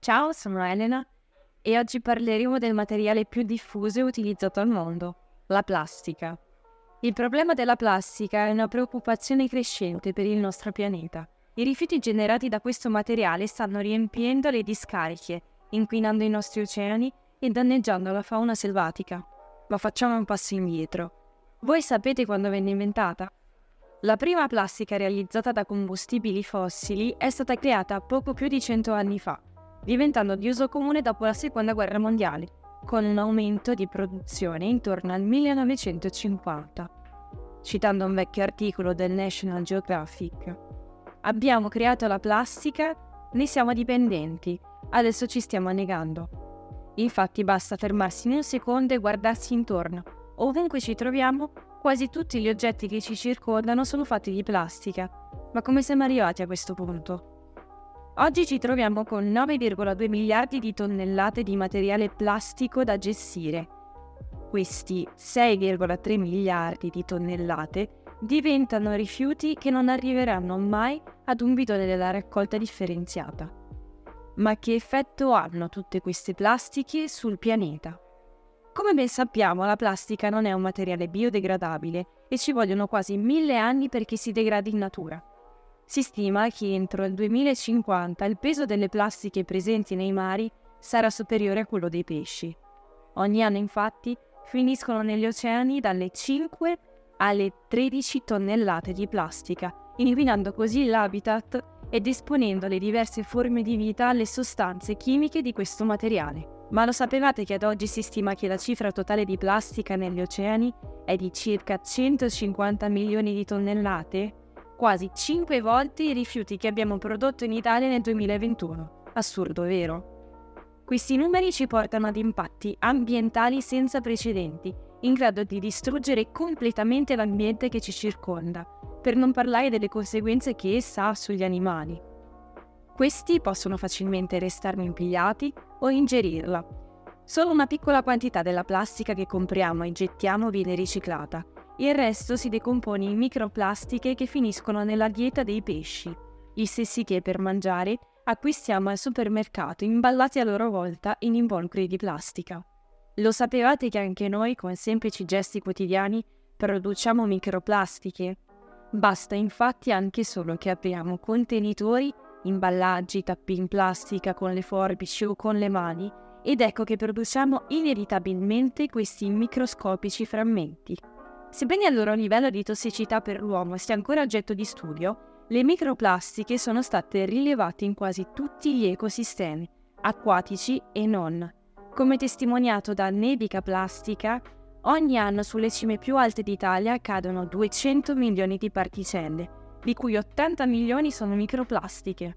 Ciao, sono Elena e oggi parleremo del materiale più diffuso e utilizzato al mondo, la plastica. Il problema della plastica è una preoccupazione crescente per il nostro pianeta. I rifiuti generati da questo materiale stanno riempiendo le discariche, inquinando i nostri oceani e danneggiando la fauna selvatica. Ma facciamo un passo indietro. Voi sapete quando venne inventata? La prima plastica realizzata da combustibili fossili è stata creata poco più di 100 anni fa, diventando di uso comune dopo la Seconda Guerra Mondiale, con un aumento di produzione intorno al 1950. Citando un vecchio articolo del National Geographic, abbiamo creato la plastica, ne siamo dipendenti, adesso ci stiamo annegando. Infatti basta fermarsi un secondo e guardarsi intorno. Ovunque ci troviamo, quasi tutti gli oggetti che ci circondano sono fatti di plastica. Ma come siamo arrivati a questo punto? Oggi ci troviamo con 9,2 miliardi di tonnellate di materiale plastico da gestire. Questi 6,3 miliardi di tonnellate diventano rifiuti che non arriveranno mai ad un bidone della raccolta differenziata. Ma che effetto hanno tutte queste plastiche sul pianeta? Come ben sappiamo, la plastica non è un materiale biodegradabile e ci vogliono quasi 1000 anni perché si degradi in natura. Si stima che entro il 2050 il peso delle plastiche presenti nei mari sarà superiore a quello dei pesci. Ogni anno, infatti, finiscono negli oceani dalle 5 alle 13 tonnellate di plastica, inquinando così l'habitat ed esponendo le diverse forme di vita alle sostanze chimiche di questo materiale. Ma lo sapevate che ad oggi si stima che la cifra totale di plastica negli oceani è di circa 150 milioni di tonnellate? Quasi 5 volte i rifiuti che abbiamo prodotto in Italia nel 2021. Assurdo, vero? Questi numeri ci portano ad impatti ambientali senza precedenti, in grado di distruggere completamente l'ambiente che ci circonda, per non parlare delle conseguenze che essa ha sugli animali. Questi possono facilmente restarne impigliati o ingerirla. Solo una piccola quantità della plastica che compriamo e gettiamo viene riciclata. Il resto si decompone in microplastiche che finiscono nella dieta dei pesci, gli stessi che per mangiare acquistiamo al supermercato imballati a loro volta in involucri di plastica. Lo sapevate che anche noi, con semplici gesti quotidiani, produciamo microplastiche? Basta infatti anche solo che apriamo contenitori, imballaggi, tappi in plastica con le forbici o con le mani, ed ecco che produciamo inevitabilmente questi microscopici frammenti. Sebbene il loro livello di tossicità per l'uomo sia ancora oggetto di studio, le microplastiche sono state rilevate in quasi tutti gli ecosistemi, acquatici e non. Come testimoniato da Nebica Plastica, ogni anno sulle cime più alte d'Italia cadono 200 milioni di particelle, di cui 80 milioni sono microplastiche.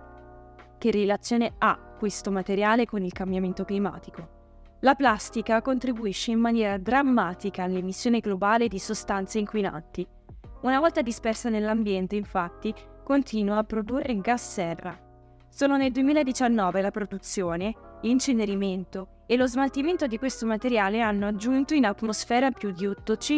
Che relazione ha questo materiale con il cambiamento climatico? La plastica contribuisce in maniera drammatica all'emissione globale di sostanze inquinanti. Una volta dispersa nell'ambiente, infatti, continua a produrre gas serra. Solo nel 2019 la produzione, l'incenerimento e lo smaltimento di questo materiale hanno aggiunto in atmosfera più di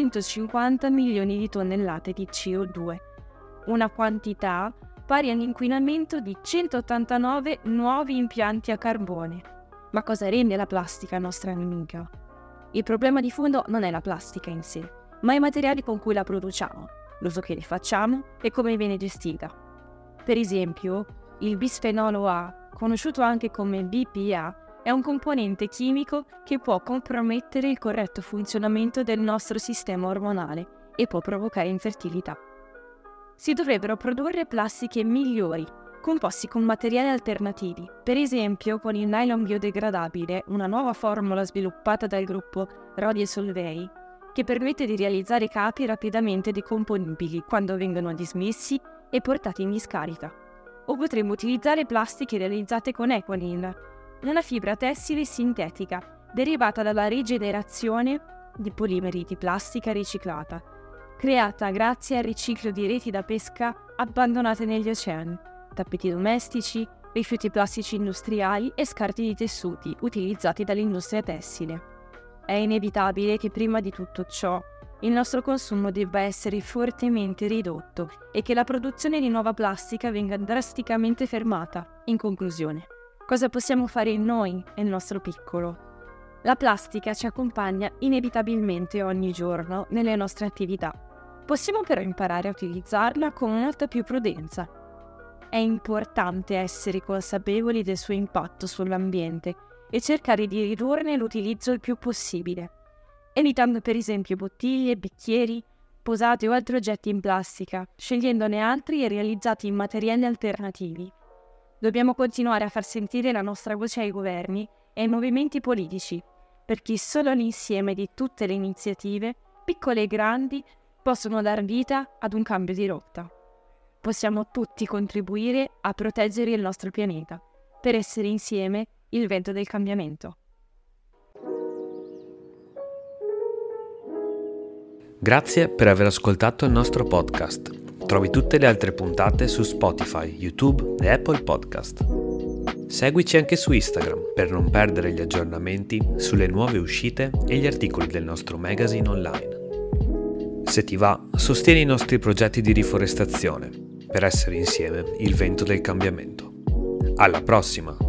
850 milioni di tonnellate di CO2, una quantità pari all'inquinamento di 189 nuovi impianti a carbone. Ma cosa rende la plastica nostra nemica? Il problema di fondo non è la plastica in sé, ma i materiali con cui la produciamo, l'uso che ne facciamo e come viene gestita. Per esempio, il bisfenolo A, conosciuto anche come BPA, è un componente chimico che può compromettere il corretto funzionamento del nostro sistema ormonale e può provocare infertilità. Si dovrebbero produrre plastiche migliori, composti con materiali alternativi, per esempio con il nylon biodegradabile, una nuova formula sviluppata dal gruppo Rodi e Solvay, che permette di realizzare capi rapidamente decomponibili quando vengono dismessi e portati in discarica. O potremmo utilizzare plastiche realizzate con Equalin, una fibra tessile sintetica derivata dalla rigenerazione di polimeri di plastica riciclata, creata grazie al riciclo di reti da pesca abbandonate negli oceani, tappeti domestici, rifiuti plastici industriali e scarti di tessuti utilizzati dall'industria tessile. È inevitabile che prima di tutto ciò il nostro consumo debba essere fortemente ridotto e che la produzione di nuova plastica venga drasticamente fermata. In conclusione, Cosa possiamo fare noi nel nostro piccolo? La plastica ci accompagna inevitabilmente ogni giorno nelle nostre attività. Possiamo però imparare a utilizzarla con molta più prudenza. È importante essere consapevoli del suo impatto sull'ambiente e cercare di ridurne l'utilizzo il più possibile, evitando per esempio bottiglie, bicchieri, posate o altri oggetti in plastica, scegliendone altri e realizzati in materiali alternativi. Dobbiamo continuare a far sentire la nostra voce ai governi e ai movimenti politici, perché solo l'insieme di tutte le iniziative, piccole e grandi, possono dar vita ad un cambio di rotta. Possiamo tutti contribuire a proteggere il nostro pianeta, per essere insieme il vento del cambiamento. Grazie per aver ascoltato il nostro podcast. Trovi tutte le altre puntate su Spotify, YouTube e Apple Podcast. Seguici anche su Instagram per non perdere gli aggiornamenti sulle nuove uscite e gli articoli del nostro magazine online. Se ti va, sostieni i nostri progetti di riforestazione per essere insieme il vento del cambiamento. Alla prossima!